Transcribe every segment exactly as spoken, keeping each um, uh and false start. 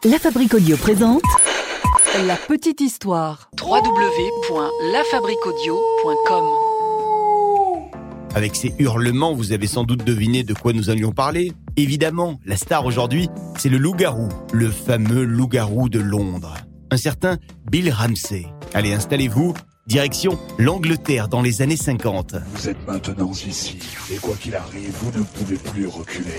La Fabrique Audio présente La petite histoire. w w w point la fabrique audio point com. Avec ces hurlements, vous avez sans doute deviné de quoi nous allions parler. Évidemment, la star aujourd'hui, c'est le loup-garou, le fameux loup-garou de Londres. Un certain Bill Ramsey. Allez, installez-vous, direction l'Angleterre dans les années cinquante. Vous êtes maintenant ici, et quoi qu'il arrive, vous ne pouvez plus reculer.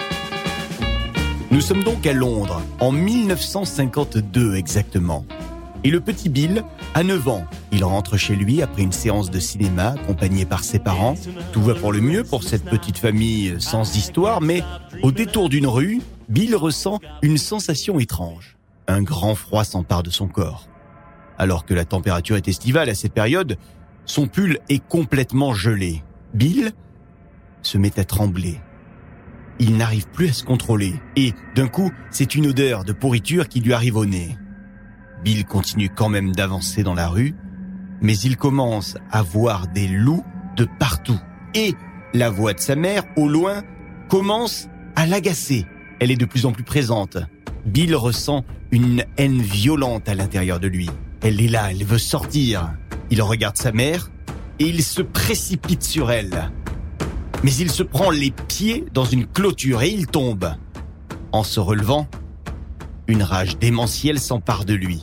Nous sommes donc à Londres, en dix-neuf cent cinquante-deux exactement. Et le petit Bill a neuf ans. Il rentre chez lui après une séance de cinéma, accompagné par ses parents. Tout va pour le mieux pour cette petite famille sans histoire, mais au détour d'une rue, Bill ressent une sensation étrange. Un grand froid s'empare de son corps. Alors que la température est estivale à cette période, son pull est complètement gelé. Bill se met à trembler. Il n'arrive plus à se contrôler. Et, d'un coup, c'est une odeur de pourriture qui lui arrive au nez. Bill continue quand même d'avancer dans la rue, mais il commence à voir des loups de partout. Et la voix de sa mère, au loin, commence à l'agacer. Elle est de plus en plus présente. Bill ressent une haine violente à l'intérieur de lui. Elle est là, elle veut sortir. Il regarde sa mère et il se précipite sur elle. Mais il se prend les pieds dans une clôture et il tombe. En se relevant, une rage démentielle s'empare de lui.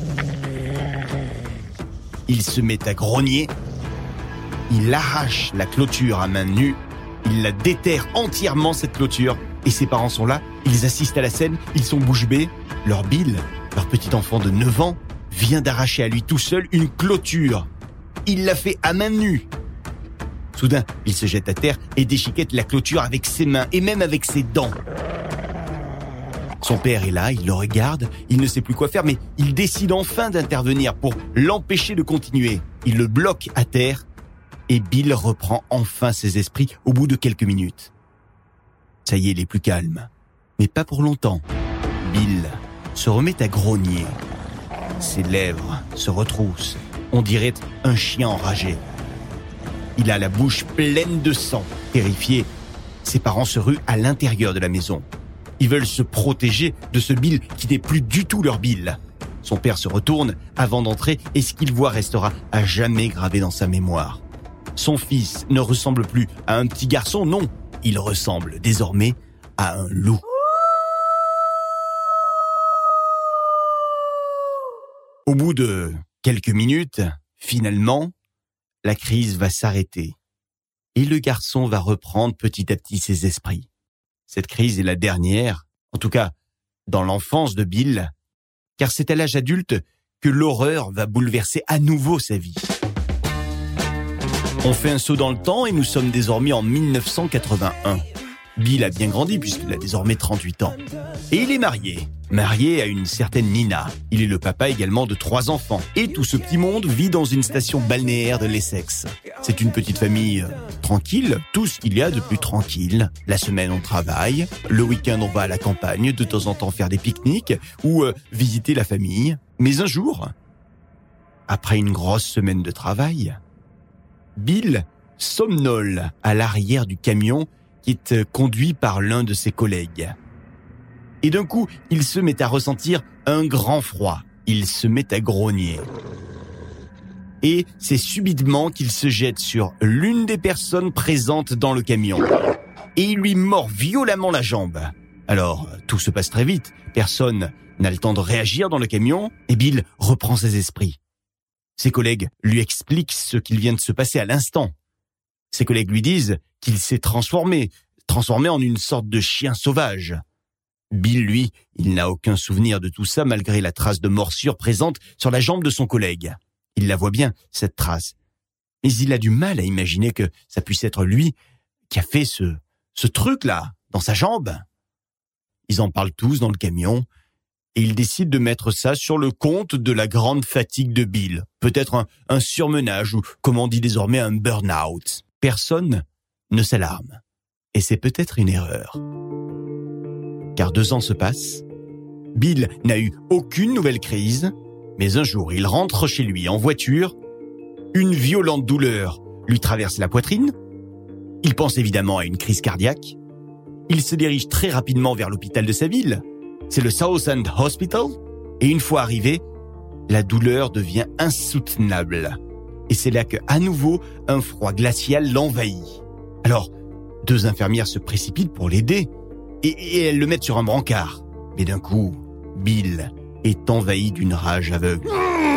Il se met à grogner. Il arrache la clôture à main nue. Il la déterre entièrement, cette clôture. Et ses parents sont là. Ils assistent à la scène. Ils sont bouche bée. Leur Bill, leur petit enfant de neuf ans, vient d'arracher à lui tout seul une clôture. Il l'a fait à main nue. Soudain, il se jette à terre et déchiquette la clôture avec ses mains et même avec ses dents. Son père est là, il le regarde, il ne sait plus quoi faire, mais il décide enfin d'intervenir pour l'empêcher de continuer. Il le bloque à terre et Bill reprend enfin ses esprits au bout de quelques minutes. Ça y est, il est plus calme. Mais pas pour longtemps. Bill se remet à grogner. Ses lèvres se retroussent. On dirait un chien enragé. Il a la bouche pleine de sang. Terrifié, ses parents se ruent à l'intérieur de la maison. Ils veulent se protéger de ce Bill qui n'est plus du tout leur Bill. Son père se retourne avant d'entrer et ce qu'il voit restera à jamais gravé dans sa mémoire. Son fils ne ressemble plus à un petit garçon, non. Il ressemble désormais à un loup. Au bout de quelques minutes, finalement, la crise va s'arrêter et le garçon va reprendre petit à petit ses esprits. Cette crise est la dernière, en tout cas dans l'enfance de Bill, car c'est à l'âge adulte que l'horreur va bouleverser à nouveau sa vie. On fait un saut dans le temps et nous sommes désormais en dix-neuf cent quatre-vingt-un. Bill a bien grandi puisqu'il a désormais trente-huit ans. Et il est marié. Marié à une certaine Nina. Il est le papa également de trois enfants. Et tout ce petit monde vit dans une station balnéaire de l'Essex. C'est une petite famille euh, tranquille, tout ce qu'il y a de plus tranquille. La semaine on travaille, le week-end on va à la campagne, de temps en temps faire des pique-niques ou euh, visiter la famille. Mais un jour, après une grosse semaine de travail, Bill somnole à l'arrière du camion qui est conduit par l'un de ses collègues. Et d'un coup, il se met à ressentir un grand froid. Il se met à grogner. Et c'est subitement qu'il se jette sur l'une des personnes présentes dans le camion. Et il lui mord violemment la jambe. Alors, tout se passe très vite. Personne n'a le temps de réagir dans le camion et Bill reprend ses esprits. Ses collègues lui expliquent ce qu'il vient de se passer à l'instant. Ses collègues lui disent qu'il s'est transformé, transformé en une sorte de chien sauvage. Bill, lui, il n'a aucun souvenir de tout ça malgré la trace de morsure présente sur la jambe de son collègue. Il la voit bien, cette trace. Mais il a du mal à imaginer que ça puisse être lui qui a fait ce, ce truc-là, dans sa jambe. Ils en parlent tous dans le camion et ils décident de mettre ça sur le compte de la grande fatigue de Bill. Peut-être un, un surmenage ou, comme on dit désormais, un burn-out. Personne ne s'alarme. Et c'est peut-être une erreur. Car deux ans se passent. Bill n'a eu aucune nouvelle crise, mais un jour, il rentre chez lui en voiture. Une violente douleur lui traverse la poitrine. Il pense évidemment à une crise cardiaque. Il se dirige très rapidement vers l'hôpital de sa ville. C'est le Southend Hospital. Et une fois arrivé, la douleur devient insoutenable. Et c'est là que, à nouveau, un froid glacial l'envahit. Alors, deux infirmières se précipitent pour l'aider et, et elles le mettent sur un brancard. Mais d'un coup, Bill est envahi d'une rage aveugle.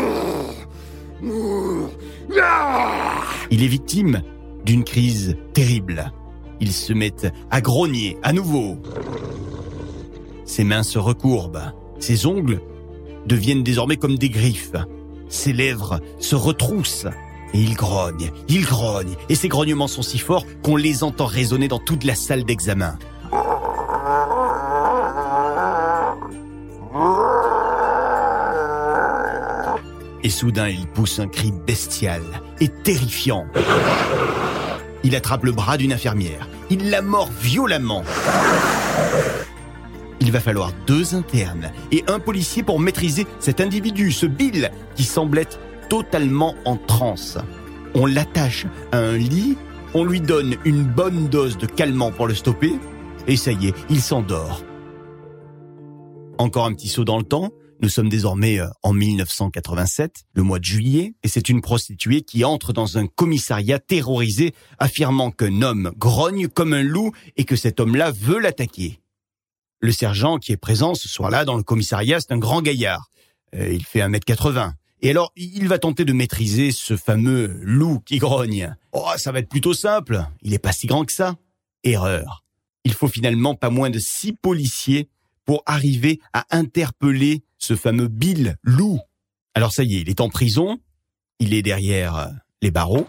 Il est victime d'une crise terrible. Il se met à grogner à nouveau. Ses mains se recourbent. Ses ongles deviennent désormais comme des griffes. Ses lèvres se retroussent. Et il grogne, il grogne. Et ces grognements sont si forts qu'on les entend résonner dans toute la salle d'examen. Et soudain, il pousse un cri bestial et terrifiant. Il attrape le bras d'une infirmière. Il la mord violemment. Il va falloir deux internes et un policier pour maîtriser cet individu, ce Bill, qui semble être totalement en transe. On l'attache à un lit, on lui donne une bonne dose de calmant pour le stopper, et ça y est, il s'endort. Encore un petit saut dans le temps. Nous sommes désormais en mille neuf cent quatre-vingt-sept, le mois de juillet, et c'est une prostituée qui entre dans un commissariat terrorisé, affirmant qu'un homme grogne comme un loup et que cet homme-là veut l'attaquer. Le sergent qui est présent ce soir-là dans le commissariat, c'est un grand gaillard. Euh, il fait un mètre quatre-vingts. Et alors, il va tenter de maîtriser ce fameux loup qui grogne. Oh, ça va être plutôt simple. Il n'est pas si grand que ça. Erreur. Il faut finalement pas moins de six policiers pour arriver à interpeller ce fameux Bill Loup. Alors ça y est, il est en prison, il est derrière les barreaux,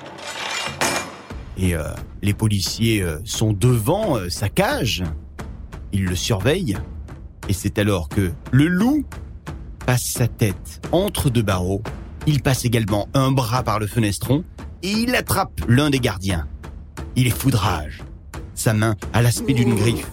et euh, les policiers euh, sont devant euh, sa cage, ils le surveillent, et c'est alors que le loup passe sa tête entre deux barreaux, il passe également un bras par le fenestron, et il attrape l'un des gardiens. Il est foudrage, sa main a l'aspect d'une griffe.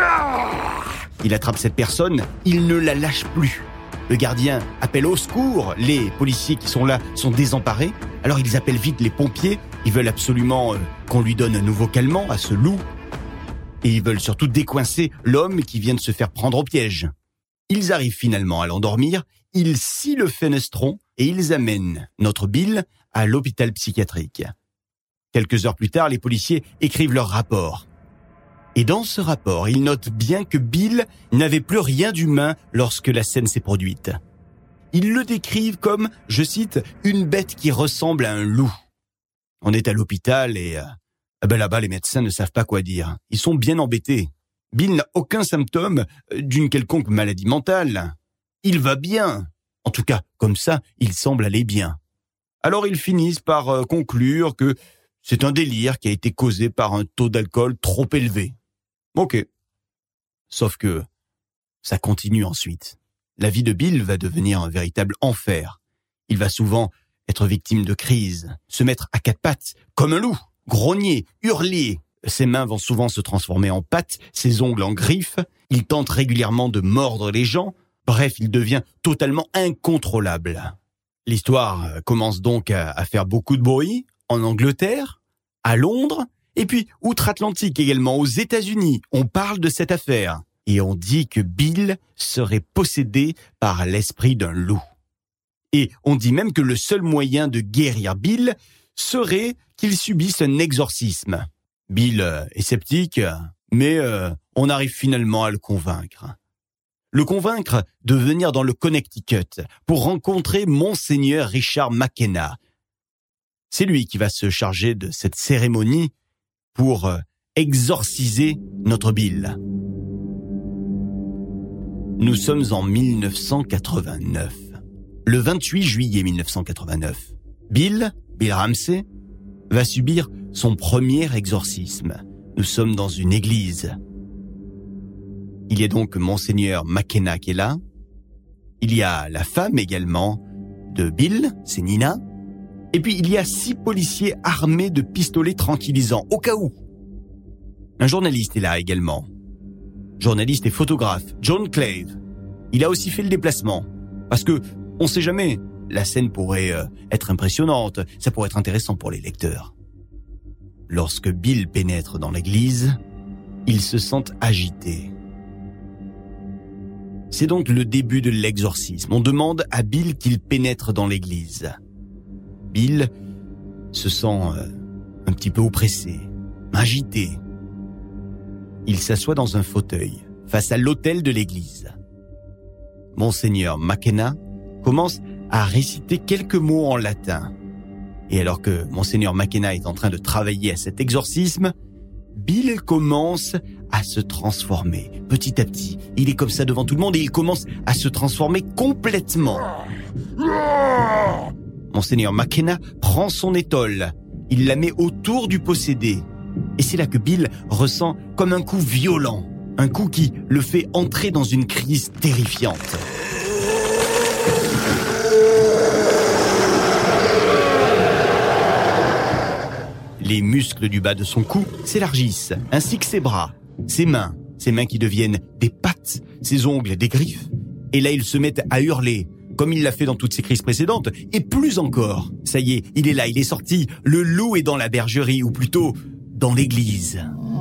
Il attrape cette personne, il ne la lâche plus. Le gardien appelle au secours, les policiers qui sont là sont désemparés, alors ils appellent vite les pompiers, ils veulent absolument euh, qu'on lui donne un nouveau calmant à ce loup, et ils veulent surtout décoincer l'homme qui vient de se faire prendre au piège. Ils arrivent finalement à l'endormir, ils scient le fenestron et ils amènent notre Bill à l'hôpital psychiatrique. Quelques heures plus tard, les policiers écrivent leur rapport. Et dans ce rapport, ils notent bien que Bill n'avait plus rien d'humain lorsque la scène s'est produite. Ils le décrivent comme, je cite, une bête qui ressemble à un loup. On est à l'hôpital et, euh, ben là-bas, les médecins ne savent pas quoi dire. Ils sont bien embêtés. Bill n'a aucun symptôme d'une quelconque maladie mentale. Il va bien. En tout cas, comme ça, il semble aller bien. Alors ils finissent par euh, conclure que c'est un délire qui a été causé par un taux d'alcool trop élevé. Ok. Sauf que ça continue ensuite. La vie de Bill va devenir un véritable enfer. Il va souvent être victime de crises, se mettre à quatre pattes, comme un loup, grogner, hurler. Ses mains vont souvent se transformer en pattes, ses ongles en griffes. Il tente régulièrement de mordre les gens. Bref, il devient totalement incontrôlable. L'histoire commence donc à, à faire beaucoup de bruit en Angleterre, à Londres, et puis outre-Atlantique également, aux États-Unis. On parle de cette affaire. Et on dit que Bill serait possédé par l'esprit d'un loup. Et on dit même que le seul moyen de guérir Bill serait qu'il subisse un exorcisme. Bill est sceptique, mais euh, on arrive finalement à le convaincre. Le convaincre de venir dans le Connecticut pour rencontrer Monseigneur Richard McKenna. C'est lui qui va se charger de cette cérémonie pour euh, exorciser notre Bill. Nous sommes en mille neuf cent quatre-vingt-neuf. Le vingt-huit juillet mille neuf cent quatre-vingt-neuf, Bill, Bill Ramsey, va subir son premier exorcisme. Nous sommes dans une église. Il y a donc Monseigneur McKenna qui est là. Il y a la femme également de Bill, c'est Nina. Et puis il y a six policiers armés de pistolets tranquillisants, au cas où. Un journaliste est là également. Journaliste et photographe, John Clave. Il a aussi fait le déplacement. Parce que, on sait jamais, la scène pourrait euh, être impressionnante, ça pourrait être intéressant pour les lecteurs. Lorsque Bill pénètre dans l'église, il se sent agité. C'est donc le début de l'exorcisme. On demande à Bill qu'il pénètre dans l'église. Bill se sent euh, un petit peu oppressé, agité. Il s'assoit dans un fauteuil face à l'autel de l'église. Monseigneur McKenna commence à réciter quelques mots en latin. Et alors que Monseigneur McKenna est en train de travailler à cet exorcisme, Bill commence à se transformer. Petit à petit, il est comme ça devant tout le monde et il commence à se transformer complètement. Monseigneur McKenna prend son étole. Il la met autour du possédé. Et c'est là que Bill ressent comme un coup violent. Un coup qui le fait entrer dans une crise terrifiante. Les muscles du bas de son cou s'élargissent, ainsi que ses bras, ses mains, ses mains qui deviennent des pattes, ses ongles des griffes. Et là, il se met à hurler, comme il l'a fait dans toutes ses crises précédentes, et plus encore. Ça y est, il est là, il est sorti. Le loup est dans la bergerie, ou plutôt dans l'église.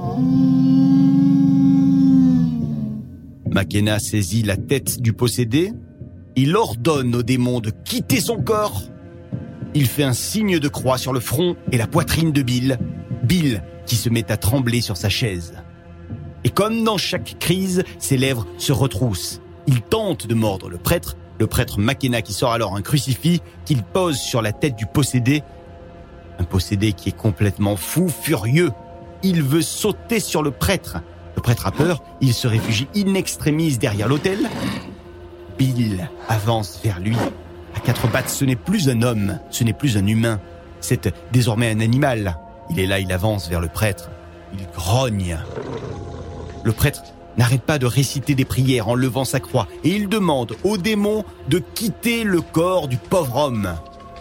McKenna saisit la tête du possédé. Il ordonne au démon de quitter son corps. Il fait un signe de croix sur le front et la poitrine de Bill. Bill qui se met à trembler sur sa chaise. Et comme dans chaque crise, ses lèvres se retroussent. Il tente de mordre le prêtre, le prêtre McKenna qui sort alors un crucifix qu'il pose sur la tête du possédé. Un possédé qui est complètement fou, furieux. Il veut sauter sur le prêtre. Le prêtre a peur, il se réfugie in extremis derrière l'autel. Bill avance vers lui. À quatre pattes, ce n'est plus un homme, ce n'est plus un humain. C'est désormais un animal. Il est là, il avance vers le prêtre. Il grogne. Le prêtre n'arrête pas de réciter des prières en levant sa croix et il demande au démon de quitter le corps du pauvre homme.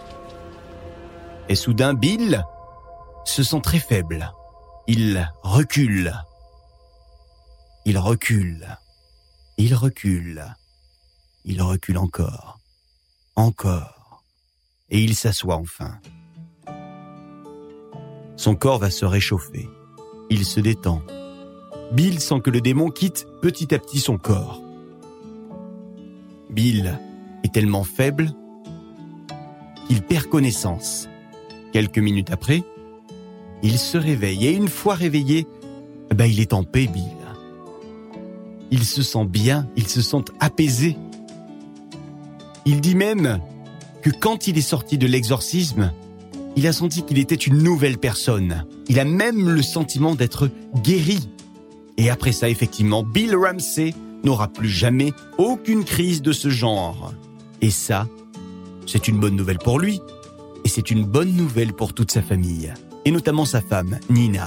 Et soudain, Bill se sent très faible. Il recule. Il recule. Il recule. Il recule encore. Encore. Et il s'assoit enfin. Son corps va se réchauffer. Il se détend. Bill sent que le démon quitte petit à petit son corps. Bill est tellement faible qu'il perd connaissance. Quelques minutes après, il se réveille. Et une fois réveillé, ben il est en paix, Bill. Il se sent bien, il se sent apaisé. Il dit même que quand il est sorti de l'exorcisme, il a senti qu'il était une nouvelle personne. Il a même le sentiment d'être guéri. Et après ça, effectivement, Bill Ramsey n'aura plus jamais aucune crise de ce genre. Et ça, c'est une bonne nouvelle pour lui. Et c'est une bonne nouvelle pour toute sa famille. Et notamment sa femme, Nina.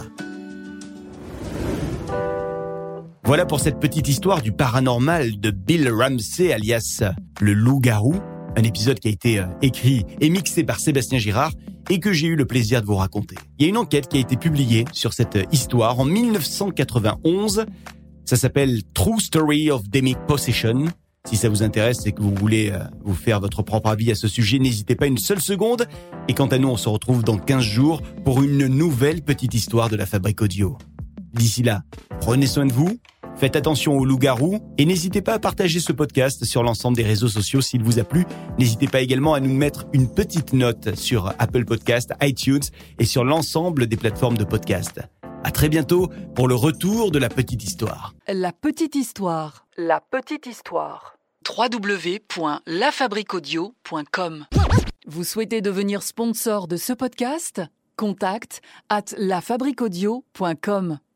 Voilà pour cette petite histoire du paranormal de Bill Ramsey, alias le loup-garou. Un épisode qui a été écrit et mixé par Sébastien Girard et que j'ai eu le plaisir de vous raconter. Il y a une enquête qui a été publiée sur cette histoire en dix-neuf cent quatre-vingt-onze. Ça s'appelle True Story of Demonic Possession. Si ça vous intéresse et que vous voulez vous faire votre propre avis à ce sujet, n'hésitez pas une seule seconde. Et quant à nous, on se retrouve dans quinze jours pour une nouvelle petite histoire de la Fabrique Audio. D'ici là, prenez soin de vous. Faites attention aux loups-garous et n'hésitez pas à partager ce podcast sur l'ensemble des réseaux sociaux s'il vous a plu. N'hésitez pas également à nous mettre une petite note sur Apple Podcast, iTunes et sur l'ensemble des plateformes de podcast. À très bientôt pour le retour de la petite histoire. La petite histoire. La petite histoire. w w w point la fabrique audio point com. Vous souhaitez devenir sponsor de ce podcast ? Contact at la fabrique audio point com.